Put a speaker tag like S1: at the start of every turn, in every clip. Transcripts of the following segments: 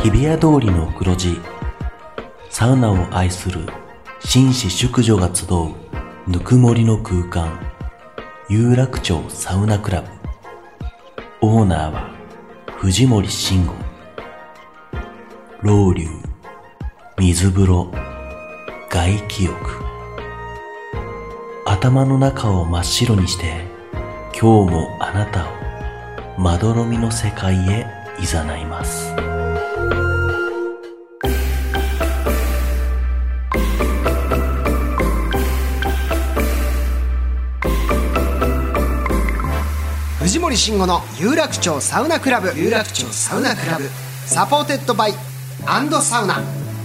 S1: 日比谷通りの黒字、サウナを愛する紳士淑女が集うぬくもりの空間、有楽町サウナクラブ。オーナーは藤森慎吾。ロウリュ、水風呂、外気浴。頭の中を真っ白にして、今日もあなたをまどろみの世界へ誘います。
S2: 藤森慎吾の有楽町サウナクラブ、有楽町サウナクラブ、サポーテッドバイアンドサウナ。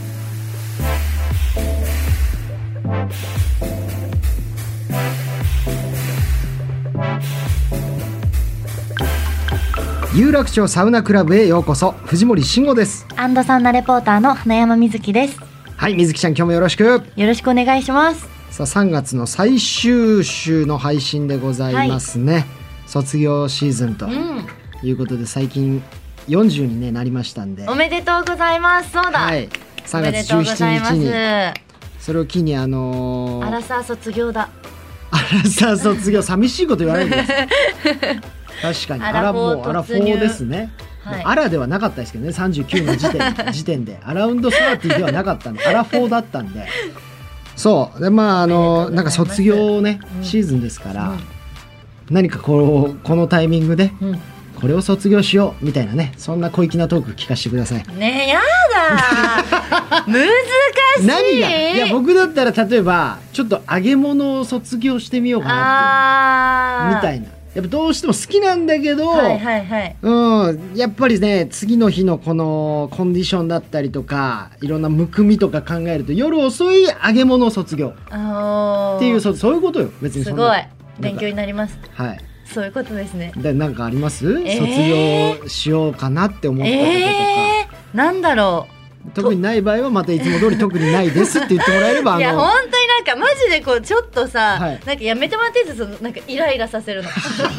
S2: 有楽町サウナクラブへようこそ。藤森慎吾です。
S3: アンドサウナレポーターの花山瑞希です。
S2: はい、瑞希ちゃん、今日もよろしく。
S3: よろしくお願いします。
S2: さあ、3月の最終週の配信でございますね、はい、卒業シーズンということで、最近40に、なりましたんで、
S3: おめでとうございます。そうだ、はい、
S2: 3月17日にそれを機にアラ
S3: サー卒業だ。
S2: アラサー卒業、寂しいこと言われるんです確かにアラフォーですね、はい、アラではなかったですけどね、39の時点でアラウンド30ではなかったんでアラフォーだったんで、そうで、なんか卒業ね、シーズンですから、何かこのタイミングで、これを卒業しようみたいなね、そんな小粋なトーク聞かせてください
S3: ね。え、やだ難しい。
S2: 何が、いや、僕だったら例えばちょっと揚げ物を卒業してみようかなってみたいな、やっぱどうしても好きなんだけど、やっぱりね、次の日のこのコンディションだったりとか、いろんなむくみとか考えると、夜遅い揚げ物を卒業っていう、そういうことよ。別に
S3: すごい勉強になります。はい、そういうことですね。
S2: で、なんかあります？卒業しようかなって思ったこととか、
S3: なんだろう。
S2: 特にない場合はまたいつも通り特にないですって言ってもらえれば、
S3: いや本当になんかマジでこうちょっとさ、なんかやめてもらっていいですか？なんかイライラさせるの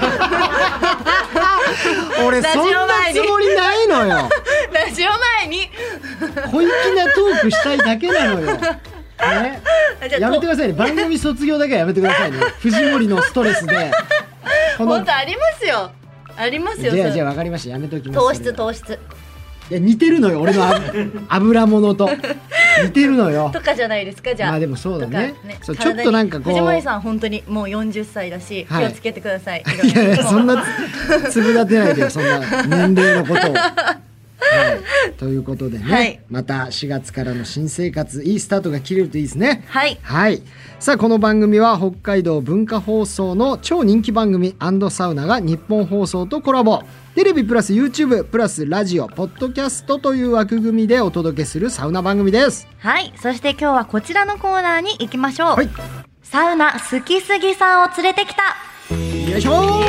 S2: 俺そんなつもりないのよ。
S3: ラジオ前に
S2: 小粋なトークしたいだけなのよ、やめてくださいね。番組卒業だけはやめてくださいね。藤森のストレスで
S3: 本当ありますよ、ありますよ。
S2: じゃあ分かりました、やめときます。
S3: 糖質
S2: いや、似てるのよ、俺の油物と似てるのよ
S3: とかじゃないですか。じゃあ
S2: まあでもそうだ ね、そうちょっとなんかこう、
S3: 藤森さん本当にもう40歳だし、気をつけてください。
S2: いやそんなつぶ立てないでよ、そんな年齢のことをということでね、また4月からの新生活、いいスタートが切れるといいですね。はい、さあ、この番組は北海道文化放送の超人気番組&サウナが日本放送とコラボ、テレビプラス YouTube プラスラジオポッドキャストという枠組みでお届けするサウナ番組です。
S3: はい、そして今日はこちらのコーナーに行きましょう。サウナ好きすぎさんを連れてきた。
S2: よいしょ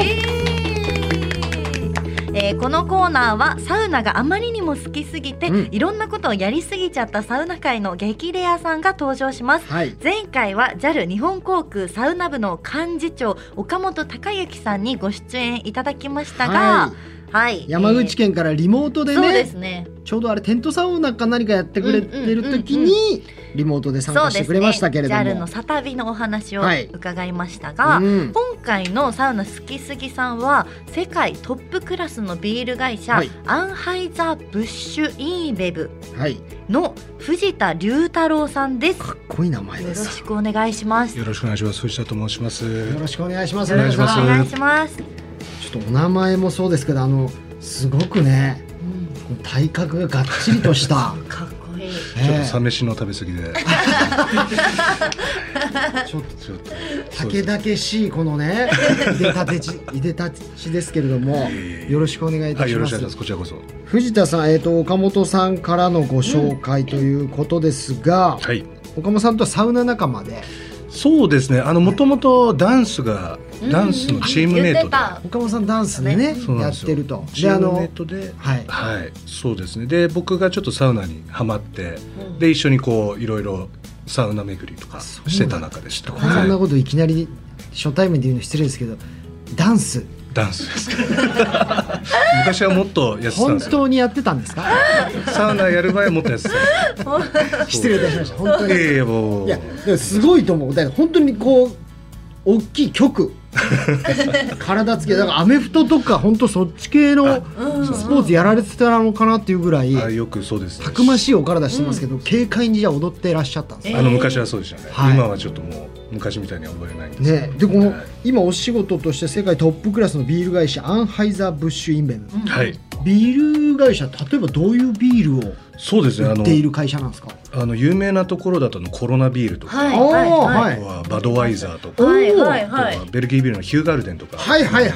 S3: このコーナーはサウナがあまりにも好きすぎて、いろんなことをやりすぎちゃったサウナ界の激レアさんが登場します。前回は JAL 日本航空サウナ部の幹事長岡本隆之さんにご出演いただきましたが、
S2: 山口県からリモートでね、
S3: そうですね、
S2: ちょうどあれテントサウナか何かやってくれてる時にリモートで参加してくれましたけれども、
S3: JAL のサ旅のお話を伺いましたが、今回のサウナ好きすぎさんは世界トップクラスのビール会社、アンハイザー・ブッシュ・イーベブの藤田龍太郎さんです。
S2: かっこいい名前です。
S3: よろしくお願いします。
S4: よろしくお願いします。藤田と申します。
S2: よろしくお願いします。
S3: よろしくお願いします。
S2: ちょっとお名前もそうですけど、すごくね、体格ががっちりとした
S3: かっこいい。
S4: ちょっとサ飯の食べ過ぎで
S2: ちょっとたけだけしいこのねいでたちですけれども、よろしくお願いいたします。
S4: よろしくお願いします。こちらこそ。
S2: 藤田さん、岡本さんからのご紹介ということですが、岡本さんとはサウナ仲間で。
S4: そうですね、もともとダンスのチームメイトで、
S2: 岡本さんダンスでね、やってると。
S4: チームメイトで、そうですね。で、僕がちょっとサウナにハマって、で一緒にこういろいろサウナ巡りとかしてた中でした。
S2: こんなこといきなり初対面で言うの失礼ですけど、ダンス
S4: ダンスです昔はもっとやってたんですよ。
S2: 本当にやってたんですか？
S4: サウナやる前はもっとやってた
S2: 失礼いたしました。本当に
S4: もう
S2: いやすごいと思う。だから本当にこう大きい曲体つきだからアメフトとか本当そっち系のスポーツやられてたのかなっていうぐらい
S4: よくそうですね、
S2: たくましいお体してますけど、軽快にじゃあ踊ってらっしゃったんですね。
S4: 昔はそうでしたね、今はちょっともう昔みたいには踊れないんです
S2: ね。でこの、今お仕事として世界トップクラスのビール会社アンハイザー・ブッシュ・インベム、ビール会社、例えばどういうビールを
S4: そうですね、
S2: 売っている会社なんですか？
S4: 有名なところだとコロナビールとか、あとはバドワイザーとか、あとはベルギービールのヒューガルデンとか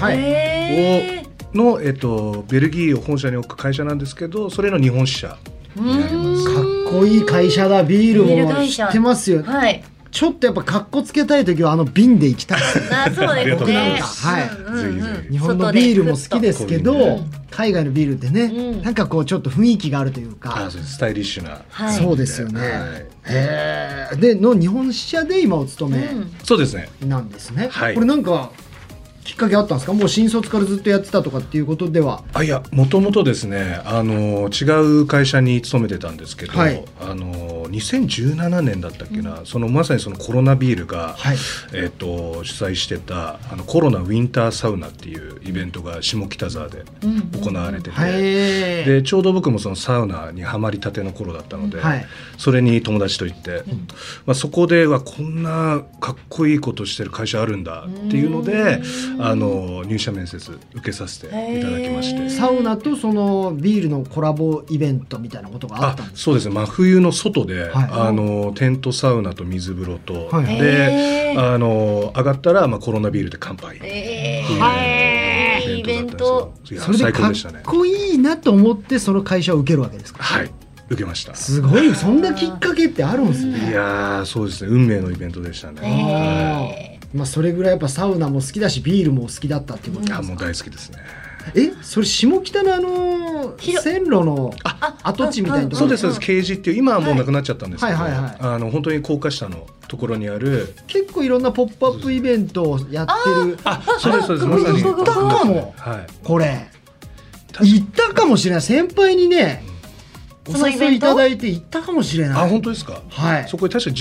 S4: の、ベルギーを本社に置く会社なんですけど、それの日本支社になります。
S2: かっこいい会社だ。ビールも知ってますよ。ちょっとやっぱかっこつけたい時は瓶で行きたい。
S3: そうですね。
S2: 日本のビールも好きですけど、海外のビールってね、なんかこうちょっと雰囲気があるというか、
S4: スタイリッシュな。
S2: そうですよね。での日本支社で今お勤め
S4: そうですね。
S2: なんですね。これなんかきっかけあったんですか？もう新卒からずっとやってたとかっていうことでは。
S4: いや、もともとですね、違う会社に勤めてたんですけど、2017年だったっけな、まさにそのコロナビールが、主催してたコロナウィンターサウナっていうイベントが下北沢で行われてて、でちょうど僕もそのサウナにはまりたての頃だったので、それに友達と行って、そこではこんなかっこいいことしてる会社あるんだっていうので、入社面接受けさせていただきまして、
S2: サウナとそのビールのコラボイベントみたいなことがあったんですか？
S4: そうですね、真冬の外で、テントサウナと水風呂と、で上がったら、コロナビールで乾杯っていうイベントだったんですよ。
S2: それでかっこいいなと思ってその会社を受けるわけですか？
S4: はい受けました。
S2: すごい、そんなきっかけってあるんですね。
S4: いやそうですね、運命のイベントでしたね。
S2: それぐらいやっぱサウナも好きだしビールも好きだったっていうことですか？
S4: もう大好きですね。
S2: それ下北の線路の跡地みたいなところ？
S4: そうです、そうです。ケージっていう今はもうなくなっちゃったんですけど、本当に高架下のところにある、
S2: 結構いろんなポップアップイベントをやってる。
S4: そうです、そうです。まさに
S2: 行ったかも。これ行ったかもしれない。先輩にねお誘いいただいて行ったかもしれない。
S4: 本当ですか？そこで確か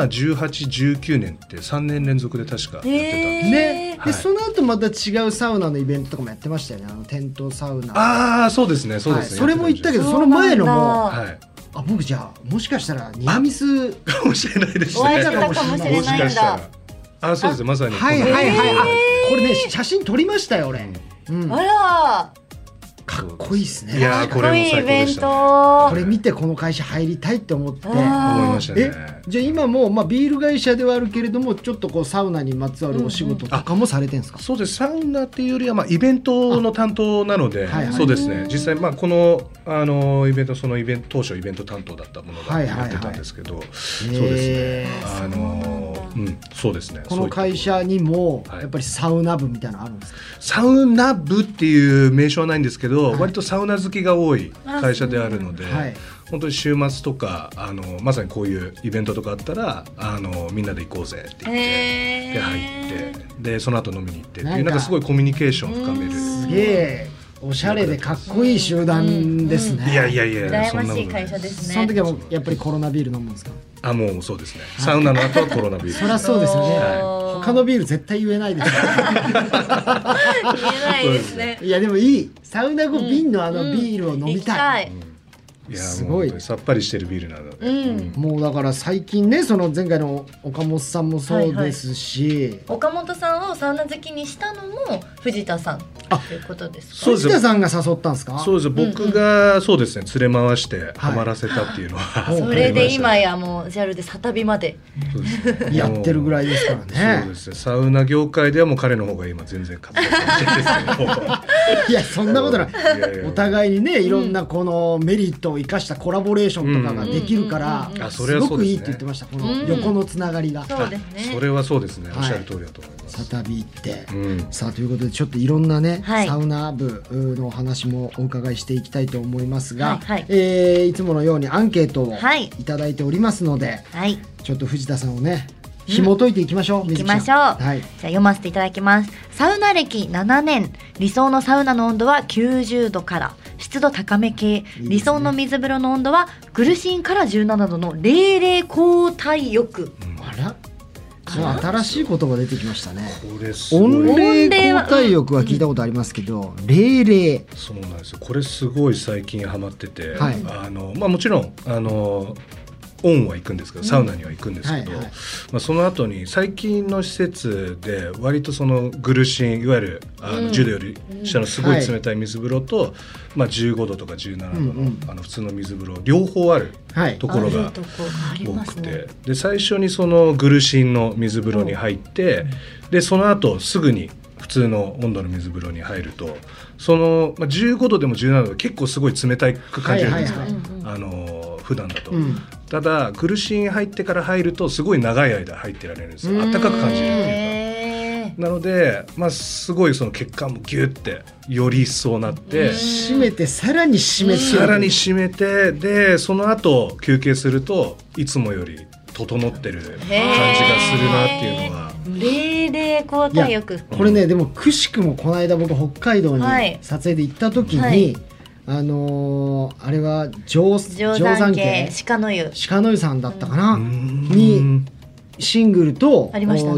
S4: 17、18、19年って3年連続で確かやってたんです
S2: ね。でその後また違うサウナのイベントとかもやってましたよね。テントサウナ。
S4: そうですね、そうですね。
S2: それも行ったけど、その前のも僕じゃあもしかしたらニアミス
S4: かもしれないですね。
S3: お会いしたかもしれないんだ。
S4: そうです、まさに。
S2: これね写真撮りましたよ俺。
S3: あら。
S2: かっこいいですね。
S4: いやこれも最高でしたね。
S2: これ見てこの会社入りたいって思って
S4: 思いましたね。
S2: じゃあ今もビール会社ではあるけれどもちょっとこうサウナにまつわるお仕事とかもされてるんですか？
S4: そうです。サウナっていうよりはイベントの担当なので、そうですね。実際このイベント当初イベント担当だったものがやってたんですけど、そうですね。そうですね。
S2: この会社にもやっぱりサウナ部みたいなのあるんですか？
S4: サウナ部っていう名称はないんですけど、割とサウナ好きが多い会社であるので、本当に週末とかまさにこういうイベントとかあったらみんなで行こうぜって言ってで入ってでその後飲みに行ってっていうなんかすごいコミュニケーションを深める。
S2: すげえおしゃれでかっこいい集団ですね。
S4: いや
S3: 羨ましい会社ですね。
S2: その時はもうやっぱりコロナビール飲むんですか？
S4: もうそうですね。サウナの後はコロナビール。
S2: そりゃそうですよね。他のビール絶対言えないです。
S3: 言えないですね。
S2: いやでもいい。サウナ後瓶のビールを飲みたい。
S4: いやすごいさっぱりしてるビールなので、
S2: もうだから最近ねその前回の岡本さんもそうですし、
S3: 岡本さんをサウナ好きにしたのも藤田さんということです
S2: か？藤田さんが誘ったんですか？
S4: そうです。僕がそうですね連れ回してハマらせたっていうのは、
S3: それで今やもう JAL でサタビまで
S2: やってるぐらいですからね。
S4: そうですね。サウナ業界ではもう彼の方が今全然活躍してるんですけど
S2: いやそんなことない。お互いにねいろんなこのメリットを生かしたコラボレーションとかができるからすごくいいって言ってました。この横のつながりが。
S3: そうですね。
S4: それはそうですね。おっしゃる通りだと思います。
S2: サタビ行ってさあということでちょっといろんなねサウナ部のお話もお伺いしていきたいと思いますが、いつものようにアンケートをいただいておりますので、ちょっと藤田さんをね紐解いていきましょう。
S3: いきましょう、はい、じゃあ読ませていただきます。サウナ歴7年、理想のサウナの温度は90度から湿度高め系、理想の水風呂の温度はグルシンから17度の冷冷交代浴。
S2: あら、新しい言葉出てきましたね。
S4: これすごい。
S2: 温冷交代浴は聞いたことありますけど、冷冷。
S4: そうなんですよ。これすごい最近ハマってて、
S2: はい、
S4: もちろんオンは行くんですけど、サウナには行くんですけど、その後に最近の施設で割とそのグルシン、いわゆる10度より下のすごい冷たい水風呂と、15度とか17度の、普通の水風呂両方あるところが多くて、で最初にそのグルシンの水風呂に入って、でその後すぐに普通の温度の水風呂に入ると、その、15度でも17度で結構すごい冷たく感じるんですよ、普段だと、ただグルシン入ってから入るとすごい長い間入ってられるんですよ。暖かく感じるっていうか、なので、すごいその血管もギュッてより一層なって、
S2: 締めてさらに締めて、
S4: さらに締めて、でその後休憩するといつもより整ってる感じがするなっていうのは。
S3: 冷冷交代浴、
S2: これね、でもくしくもこの間僕北海道に撮影で行った時に、あれは定山家
S3: 鹿の湯
S2: さんだったかな、にシングルと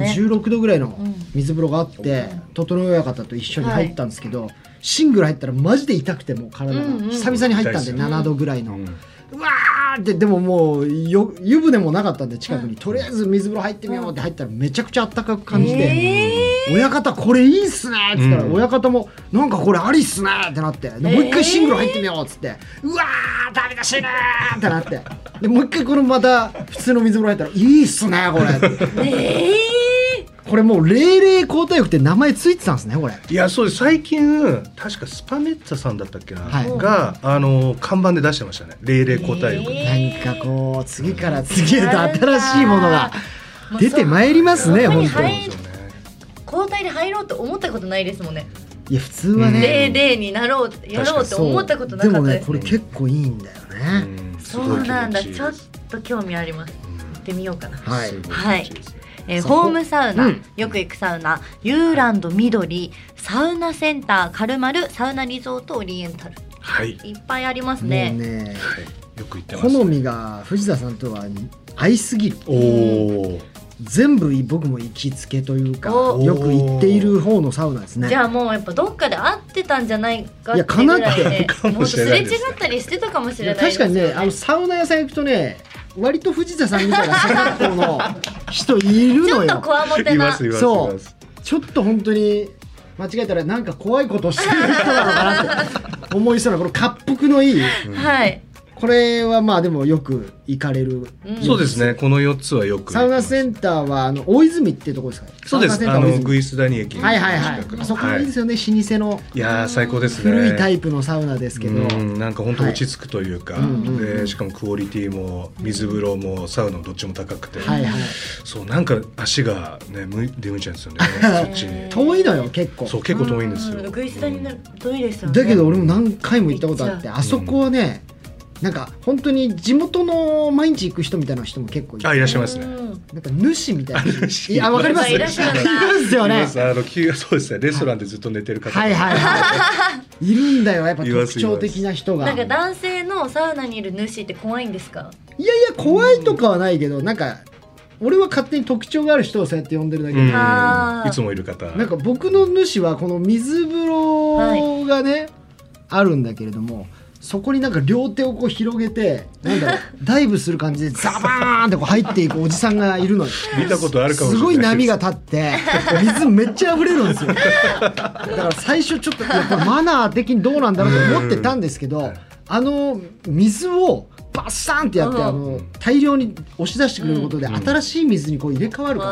S2: 16度ぐらいの水風呂があって、整え親方と一緒に入ったんですけど、シングル入ったらマジで痛くて、もう体が久々に入ったんで7度ぐらいの、うわーって、でももう湯船もなかったんで近くに、とりあえず水風呂入ってみようって入ったらめちゃくちゃ暖かく感じて、親方これいいっすねって言ったら、親方もなんかこれありっすねってなって、もう一回シングル入ってみようっつって、うわーダメだしねーってなって、でもう一回このまた普通の水風呂入ったらいいっすねこれってこれもう冷冷交代浴って名前ついてたんですね、これ。
S4: いや、そうです。最近確かスパメッツァさんだったっけな、が看板で出してましたね、冷冷交代浴。
S2: なんかこう次から次へと新しいものが出てまいりますね、本当に。
S3: 交代で入ろうと思ったことないですもんね。
S2: いや普通はね、
S3: 冷冷になろうやろうって思ったことなかったですね。
S2: でもね、これ結構いいんだよね。
S3: そうなんだ、ちょっと興味あります。行ってみようかな。
S2: はい。
S3: ホームサウナ、よく行くサウナ、ユーランド緑、サウナセンター、カルマル、サウナリゾートオリエンタル、いっぱいありますね。
S2: もうね、
S4: よく行ってます。
S2: 好みが藤田さんとは合いすぎる。全部僕も行きつけというか、よく行っている方のサウナですね。
S3: じゃあもうやっぱどっかで会ってたんじゃないかっていうぐらいで、もっとすれ違ったりしてたかもしれないですよね。
S2: 確かにね、サウナ屋さん行くとね、割と藤田さんみたいな背格好の人いるのよ。
S3: ちょっとこわもてな。
S2: そう、ちょっと本当に間違えたらなんか怖いことしてる人なのかなって思いそうな、この恰幅のいい、
S3: はい、
S2: これはまあでもよく行かれる、
S4: そうですね、この4つはよく。
S2: サウナセンターは大泉っていうところですかね。
S4: そうです、グイス谷駅の近くの、
S2: そこいいですよね、老舗の。
S4: いや最高ですね。
S2: 古いタイプのサウナですけど、
S4: なんか本当落ち着くというか、しかもクオリティも水風呂もサウナもどっちも高くて、そうなんか足がね出向いちゃうんですよねそっちに。遠
S2: いのよ結構。
S4: そう結構遠いんですよ。
S3: グイス谷遠いですよね。
S2: だけど俺も何回も行ったことあって、あそこはね、なんか本当に地元の毎日行く人みたいな人も結構いて、
S4: いらっしゃいますね。
S2: なんか主みたいな、わかります？
S3: いらっしゃる
S2: いますよね。
S4: そうですね、レストランでずっと寝てる方
S2: いるんだよ、やっぱ特徴的な人が。
S3: なんか男性のサウナにいる主って怖いんですか？
S2: いやいや怖いとかはないけど、なんか俺は勝手に特徴がある人をそうやって呼んでるだけで、
S4: いつもいる方。
S2: なんか僕の主はこの水風呂がね、あるんだけれども、そこになんか両手をこう広げて、なんだろう、ダイブする感じでザバーンってこう入っていくおじさんがいるのよ。
S4: 見たことあるかもしれない。
S2: すごい波が立って水めっちゃ溢れるんですよ。だから最初ちょっとこれマナー的にどうなんだろうと思ってたんですけど、水をバッサンってやって大量に押し出してくれることで、新しい水にこう入れ替わるから、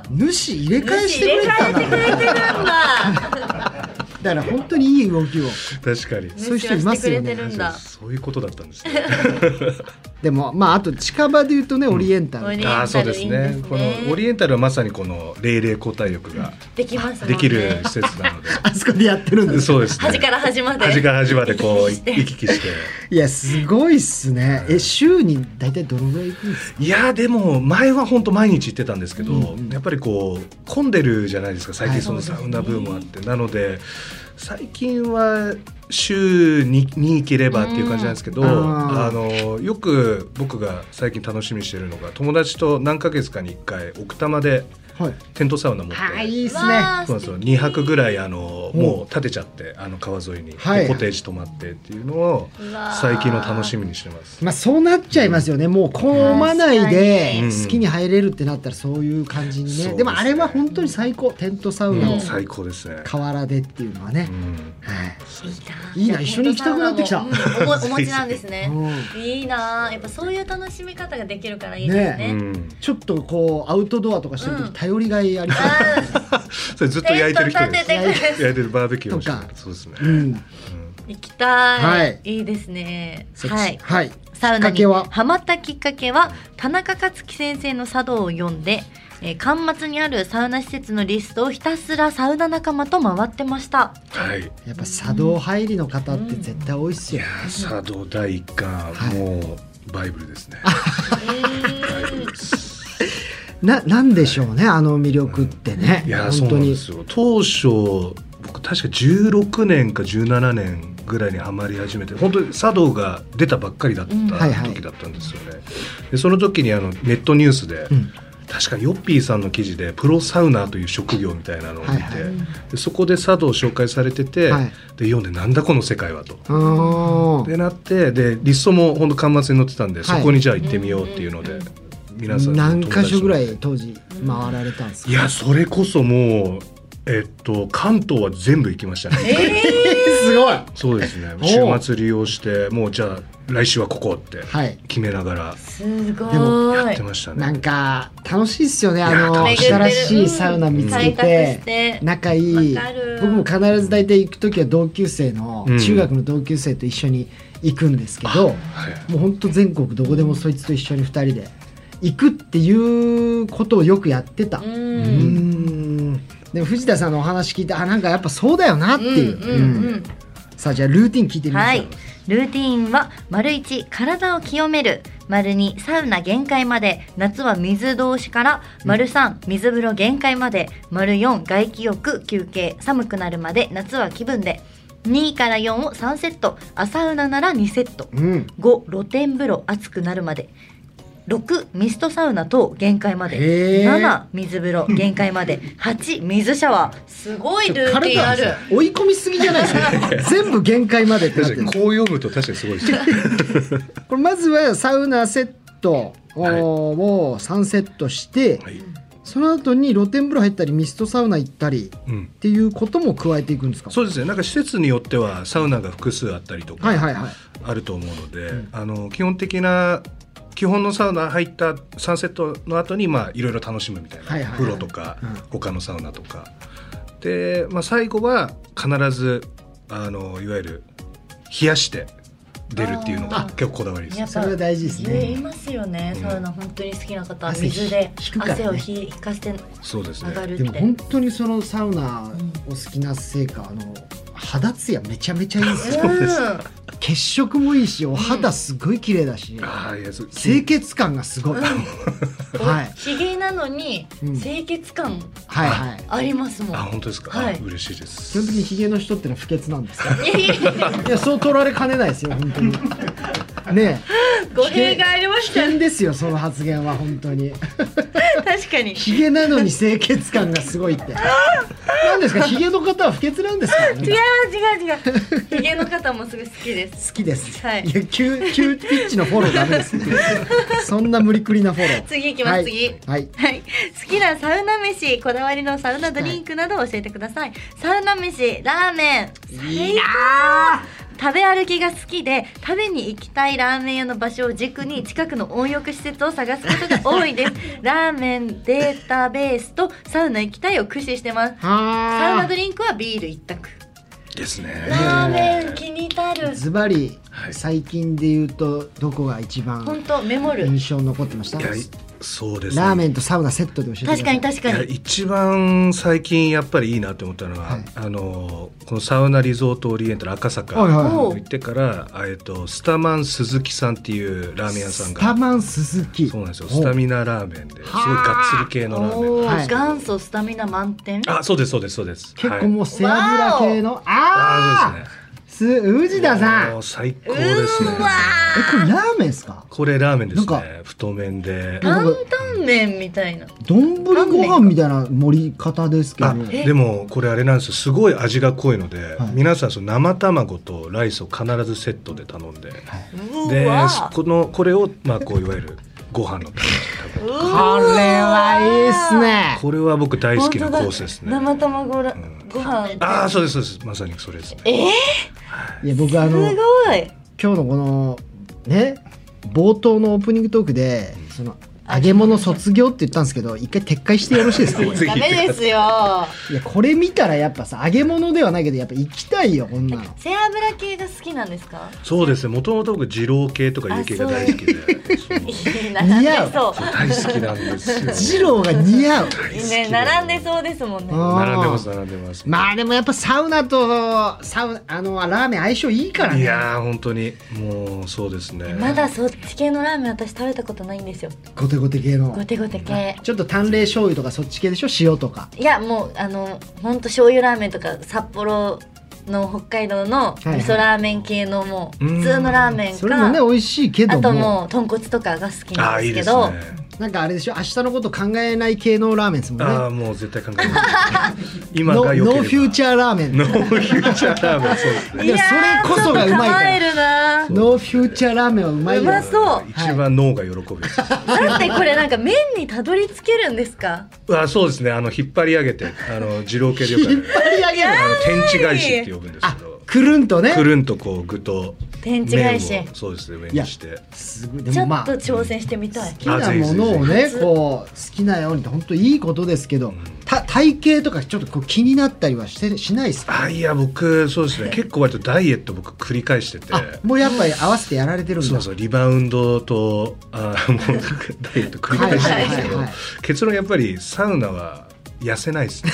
S2: 主入れ替えしてくれたんだ。だから本当にいい動きを。
S4: 確かに
S2: そういう人いますよね。
S4: そういうことだったんですね。
S2: でもまああと近場で言うとね、オリエンタル、
S4: そうですね。このオリエンタルはまさにこの霊霊交代浴が
S3: できますもんね、
S4: できる施設なので
S2: あそこでやってるんです。
S4: そうですね。
S3: 端から端まで
S4: こう行き来して
S2: いやすごいっすね。週に大体どのぐらい行くんですか？
S4: いやでも前は本当毎日行ってたんですけど、やっぱりこう混んでるじゃないですか、最近そのサウナブームあって、なので最近は週に行ければっていう感じなんですけど、よく僕が最近楽しみにしてるのが、友達と何ヶ月かに1回奥多摩でテントサウナ持って、
S2: いいっすね。
S4: そうですよ、2泊ぐらいもう建てちゃって川沿いに、コテージ泊まってっていうのを最近の楽しみにしてます。
S2: まあそうなっちゃいますよね。もう混まないで好きに入れるってなったらそういう感じにね。でもあれは本当に最高。テントサウナを
S4: 最高ですね。
S2: 河原でっていうのはね。いいな、一緒に行きたくなってきた。
S3: お持ちなんですね。いいな、やっぱそういう楽しみ方ができるからいいですね。
S2: ちょっとこうアウトドアとかしてる時頼りがいありそう。
S4: それずっと焼いてる人です。焼いてるバーベキューをしてる。そうですね。
S3: 行きたい。いいですね。はい。サウナにハマったきっかけは田中克樹先生の茶道を読んで、巻末にあるサウナ施設のリストをひたすらサウナ仲間と回ってました。
S2: やっぱ茶道入りの方って絶対多いっすよ。
S4: 茶道第一巻、もうバイブルですね。
S2: なんでしょうね、あの魅力ってね。
S4: いや、そうなんですよ。当初僕確か16年か17年ぐらいにハマり始めて、本当に茶道が出たばっかりだった時だったんですよね。でその時にネットニュースで、確かヨッピーさんの記事でプロサウナーという職業みたいなのを見て、でそこで茶道を紹介されてて、で読んでなんだこの世界はとでなって、でリストも本当巻末に載ってたんで、そこにじゃあ行ってみようっていうので、皆さん
S2: 何箇所ぐらい当時回られたんですか？
S4: いや、それこそもう関東は全部行きましたね。
S2: すごい。
S4: そうですね。週末利用してもうじゃあ来週はここって決めながら、
S3: すごい
S4: やってましたね。
S2: なんか楽しいっすよね。新しいサウナ見つけて仲いい。僕も必ず大体行くときは同級生の、中学の同級生と一緒に行くんですけど、もう本当全国どこでもそいつと一緒に2人で行くっていうことをよくやってた。でも藤田さんのお話聞いて、なんかやっぱそうだよなっていう。さあじゃあルーティン聞いてみましょう。
S3: ルーティンは1体を清める、2サウナ限界まで、夏は水通しから、3水風呂限界まで、4外気浴休憩、寒くなるまで、夏は気分で、2から4を3セット、朝ウナなら2セット、5露天風呂熱くなるまで、6ミストサウナ等限界まで、7水風呂限界まで、8水シャワー。すごいルーティンある。
S2: 追い込みすぎじゃないですか。全部限界までってなってる。
S4: こう読むと確かにすごいです。
S2: これまずはサウナセットを3セットして、その後に露天風呂入ったりミストサウナ行ったりっていうことも加えていくんですか？
S4: そうですね。なんか施設によってはサウナが複数あったりとかあると思うので、基本のサウナ入った3セットの後にいろいろ楽しむみたいな、風呂とか他のサウナとかで、最後は必ずいわゆる冷やして出るっていうのが結構こだわりです。
S2: それは大事ですね。
S3: 言いますよね、サウナ本当に好きな方は水で汗を引かせて上がるって。
S2: でも本当にそのサウナお好きなせいか、肌ツヤめちゃめちゃいいですよ。血色もいいし、お肌すごい綺麗だし、清潔感がすごい。
S3: ひげなのに清潔感ありますもん。
S4: 本当ですか？嬉しいです。
S2: 基本的にひげの人ってのは不潔なんですか？いや、そう取られかねないですよ本当に。ね
S3: え、語弊がありました。
S2: 危険ですよその発言は本当に。
S3: 確かに。
S2: ひげなのに清潔感がすごいって。なんですか？ひげの方は不潔なんですか？
S3: 違う。ひげの方もすごい好きです。
S2: 好きです。いや、急ピッチのフォローダメです。そんな無理くりなフォロー。
S3: 次いきます。次。好きなサウナ飯、こだわりのサウナドリンクなどを教えてください。サウナ飯、ラーメン。いや食べ歩きが好きで、食べに行きたいラーメン屋の場所を軸に近くの温浴施設を探すことが多いです。ラーメンデータベースとサウナ行きたいを駆使してます。サウナドリンクはビール一択。
S4: ですね。
S3: ラーメン気になる。
S2: ズバリ最近で言うとどこが一番
S3: 本当メモる
S2: 印象に残ってました？
S4: そうですね。
S2: ラーメンとサウナセットで教えてください。
S3: 確かに
S4: 一番最近やっぱりいいなって思ったのは、このサウナリゾートオリエンタル赤坂行ってから、スタマン鈴木さんっていうラーメン屋さんが。
S2: スタマン鈴木。
S4: そうなんですよ。スタミナラーメンですごいがっつり系のラーメン。
S3: 元祖スタミナ満点。
S4: そうですそうですそうです。
S2: 結構もう背脂系の。そうですね。宇治田さん
S4: 最高ですね。
S2: これラーメンですか？
S4: これラーメンですね。太麺で
S3: 担々麺みたいな
S2: 丼ご飯みたいな盛り方ですけど、
S4: でもこれあれなんですよ、すごい味が濃いので、皆さんその生卵とライスを必ずセットで頼んで、でこれをこういわゆるご飯の食べ
S2: これはいいっすね。
S4: これは僕大好きなコースですね。
S3: 生卵ご飯。
S4: そうですそうです。まさにそれですね。
S2: いや僕
S3: すごい。
S2: 今日のこのね冒頭のオープニングトークでその揚げ物卒業って言ったんですけど、一回撤回してよろしいですか？
S3: ダメですよ。
S2: いやこれ見たらやっぱさ、揚げ物ではないけどやっぱ行きたいよこんなの。
S3: 背脂系が好きなんですか？
S4: そうですね。もともと僕二郎系とかいう系が大好きで。
S2: 似合う。
S4: 大好きなんです
S2: 二
S4: よ。
S2: 郎が似合う。
S3: ね、並んでそうですもんね。
S4: 並んでます並んでます。
S2: まあでもやっぱサウナとラーメン相性いいからね。
S4: いや本当にもうそうですね。
S3: まだそっち系のラーメン私食べたことないんですよ。
S2: ゴテゴテ系の。
S3: ゴテゴテ系。
S2: ちょっと淡麗醤油とかそっち系でしょ？塩とか。
S3: いやもうほんと醤油ラーメンとか札幌の北海道の味噌ラーメン系のもう普通のラーメンか、
S2: それもね美味しいけども、
S3: あともう豚骨とかが好きなんですけど、
S2: なんかあれでしょ、明日のこと考えない系のラーメンですもんね。
S4: もう絶対考えない今が良ければ
S2: ノーフューチャーラーメン。
S4: ノーフューチャーラーメン、そうですね。
S2: いやそれこそがうまいから。ノーフューチャーラーメンはうまいよ。
S3: うまそう。
S4: 一番脳が喜ぶです。
S3: だってこれなんか麺にたどり着けるんですか？
S4: そうですね。引っ張り上げて二郎系でよく
S2: 引っ張り上げる。
S4: 天地返しって呼ぶんですけど。
S2: くるんとね。
S4: くるんとこう具と
S3: 天地返し。
S4: そうですね、上にして。
S2: すごい。
S3: ちょっと挑戦してみたい。
S2: 好きなものをねこう好きなようにって本当いいことですけど、体型とかちょっとこう気になったりはしないですか？
S4: いや僕そうですね、結構割とダイエット僕繰り返してて、
S2: もうやっぱり合わせてやられてるんだ。
S4: そうリバウンドともうダイエット繰り返してるんですけど、結論やっぱりサウナは痩せないですね。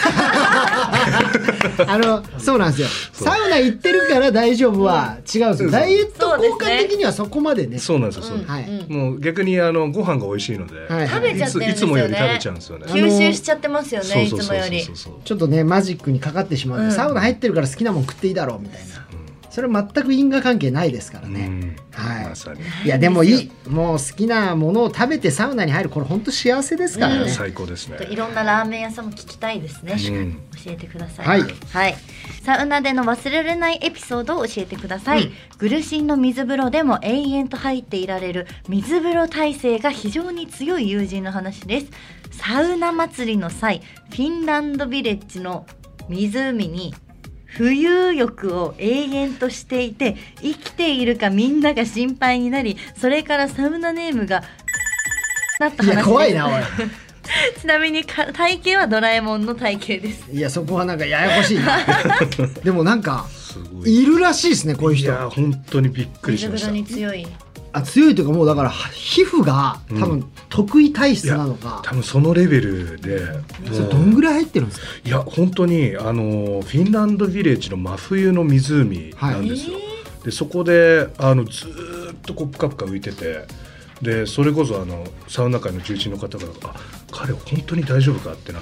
S2: そうなんですよ。サウナ行ってるから大丈夫は違うんですよ。ダイエット効果的にはそこまでね。
S4: そうなんですよ。もう逆にご飯が美味しいので
S3: 食べちゃってるんですよね。
S4: いつもより食べちゃうんですよね。
S3: 吸収しちゃってますよね、いつもより。
S2: ちょっとねマジックにかかってしまう。サウナ入ってるから好きなもん食っていいだろうみたいな。それは全く因果関係ないですからね。いやでももう好きなものを食べてサウナに入る、これ本当幸せですからね。
S4: 最高ですね。
S3: いろんなラーメン屋さんも聞きたいですね。教えてくださ
S2: い。
S3: はい。サウナでの忘れられないエピソードを教えてください。グルシンの水風呂でも永遠と入っていられる水風呂耐性が非常に強い友人の話です。サウナ祭りの際、フィンランドビレッジの湖に浮遊浴を永遠としていて、生きているかみんなが心配になり、それからサウナネームがなった話です。
S2: いや怖いなおい。
S3: ちなみに体型はドラえもんの体型です。
S2: いやそこはなんかややこしいな。でもなんかいるらしいですねこういう人。
S4: いや本当にびっくりしました。
S3: 水風呂に強い。
S2: 強いというかもうだから皮膚が多分得意体質なのか、
S4: 多分そのレベルで。
S2: それどんぐらい入ってるんですか？
S4: いや本当にフィンランドビレッジの真冬の湖なんですよ。でそこでずーっとこうプカプカ浮いてて、でそれこそサウナ界の重鎮の方が彼本当に大丈夫かってなって、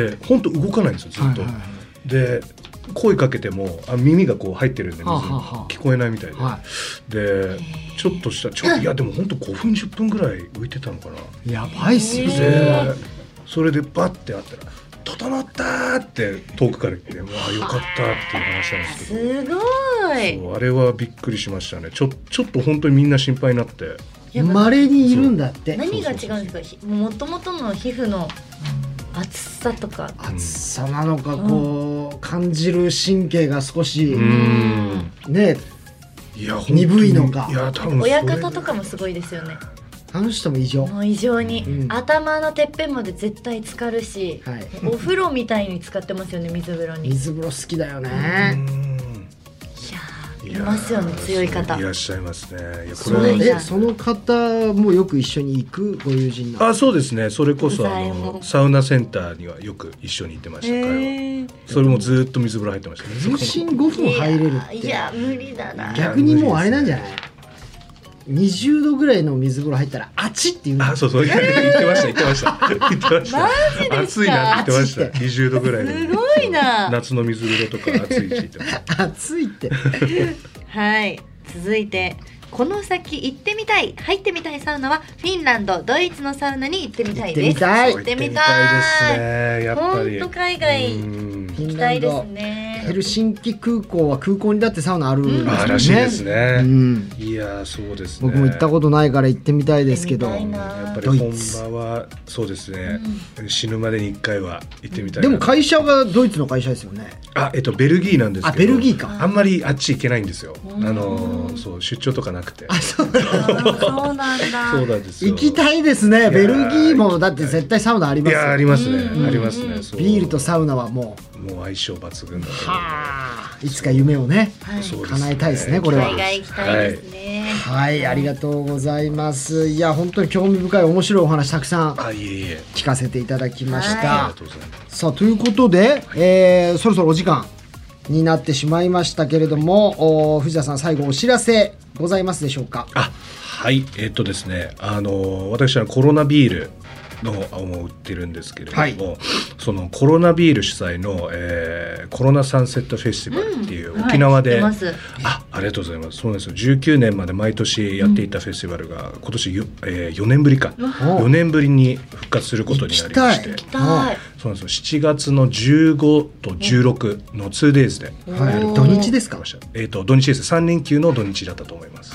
S4: で本当動かないんですよずっと。で声かけても耳がこう入ってるんで聞こえないみたいで、でちょっとしたいやでも本当5分10分ぐらい浮いてたのかな。
S2: やばいっすよ
S4: ね。それでバッてあったら「整った!」って遠くから言って「わあよかった」っていう話なんですけど、
S3: すごい。
S4: あれはびっくりしましたね。ちょっと本当にみんな心配になって。
S2: 稀にいるんだって。
S3: 何が違うんですか？もともとの皮膚の暑さとか。
S2: 暑さなのかこう感じる神経が少しね鈍いのか。
S4: いや多分
S3: 親方とかもすごいですよね。
S2: あの人も異常。
S3: もう異常に、頭のてっぺんまで絶対浸かるし、お風呂みたいに使ってますよね、水風呂に。
S2: 水風呂好きだよね。
S3: いますよね、強い方
S4: いらっしゃいますね。いや、
S2: これその方もよく一緒に行くご友人
S4: なんですか？そうですね。それこそサウナセンターにはよく一緒に行ってました。彼はそれもずっと水風呂入ってましたね。
S2: 分身5分入れるって。
S3: いや無理だな。
S2: 逆にもうあれなんじゃない？20度ぐらいの水風呂入ったらあちって言うの。
S4: そう言ってましたマジですか？暑いなって言ってました。20度ぐらい
S3: すごいな。
S4: 夏の水風呂とか暑いし
S2: 暑いって
S3: はい、続いてこの先行ってみたい、入ってみたいサウナはフィンランド、ドイツのサウナに行ってみたいです。
S2: 行ってみたい
S4: ですね。やっぱり
S3: 本当海外行きたいですね。
S2: ヘルシンキ空港は空港にだってサウナあるんですよね。
S4: らしいですね。いやそうですね。
S2: 僕も行ったことないから行ってみたいですけど、
S4: やっぱり本場はそうですね。死ぬまでに1回は行ってみたい。
S2: でも会社がドイツの会社ですよね。
S4: ベルギーなんですけど。
S2: ベルギーか。
S4: あんまりあっち行けないんですよ。そう出張とかなくて。
S3: そうなんだ。
S4: そうなんですよ。
S2: 行きたいですね。ベルギーもだって絶対サウナありますよ。
S4: いやありますね。ありますね。
S2: ビールとサウナはも
S4: う相性抜群だと。
S2: いつか夢をね叶えたいですね。これは
S3: 海外行きたいですね。
S2: はい、ありがとうございます。いや本当に興味深い面白いお話たくさん聞かせていただきました。さあということで、そろそろお時間になってしまいましたけれども、藤田さん最後お知らせございますでしょうか？
S4: はいですね、私はコロナビールのを売ってるんですけれども、そのコロナビール主催の、コロナサンセットフェスティバルっていう沖縄で、ありがとうございます。そうなんですよ。19年まで毎年やっていたフェスティバルが今年4年ぶりか4年ぶりに復活することになりまして、そうなんですよ。7月の15と16の 2days で、
S2: 土日ですか？
S4: 土日です。3連休の土日だったと思います。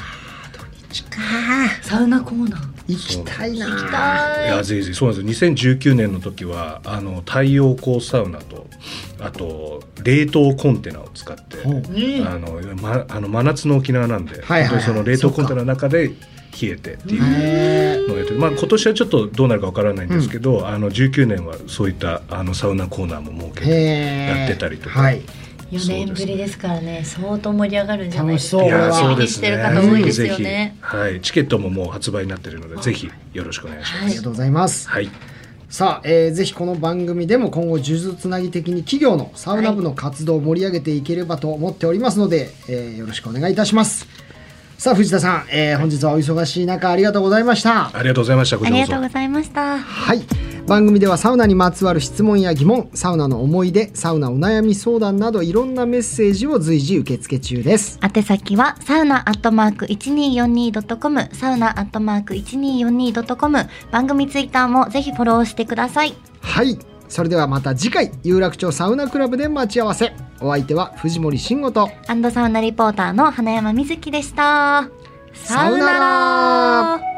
S3: サウナコーナー
S2: 行きたいな。
S4: いやぜひぜひ。そうなんですよ。2019年の時は太陽光サウナとあと冷凍コンテナを使って真夏の沖縄なんで、その冷凍コンテナの中で冷えてっていうのをやって、今年はちょっとどうなるかわからないんですけど、19年はそういったサウナコーナーも設けてやってたりとか。
S3: 4年ぶりですからね、相当盛り上がるんじゃないです
S2: か。
S4: そうです
S3: してる方多いですよね。
S4: チケットももう発売になっているので、ぜひよろしくお願いします。
S2: ありがとうございます。さあ、ぜひこの番組でも今後呪術つなぎ的に企業のサウナ部の活動を盛り上げていければと思っておりますので、よろしくお願いいたします。さあ藤田さん、本日はお忙しい中ありがとうございました。
S4: ありがとうございました。
S3: ありがとうございました。
S2: はい、番組ではサウナにまつわる質問や疑問、サウナの思い出、サウナお悩み相談などいろんなメッセージを随時受付中です。
S3: 宛先はサウナ@1242.com、サウナ@1242.com、番組ツイッターもぜひフォローしてください。
S2: はい、それではまた次回有楽町サウナクラブで待ち合わせ。お相手は藤森慎吾と
S3: サウナリポーターの花山瑞希でした。
S2: さよなら。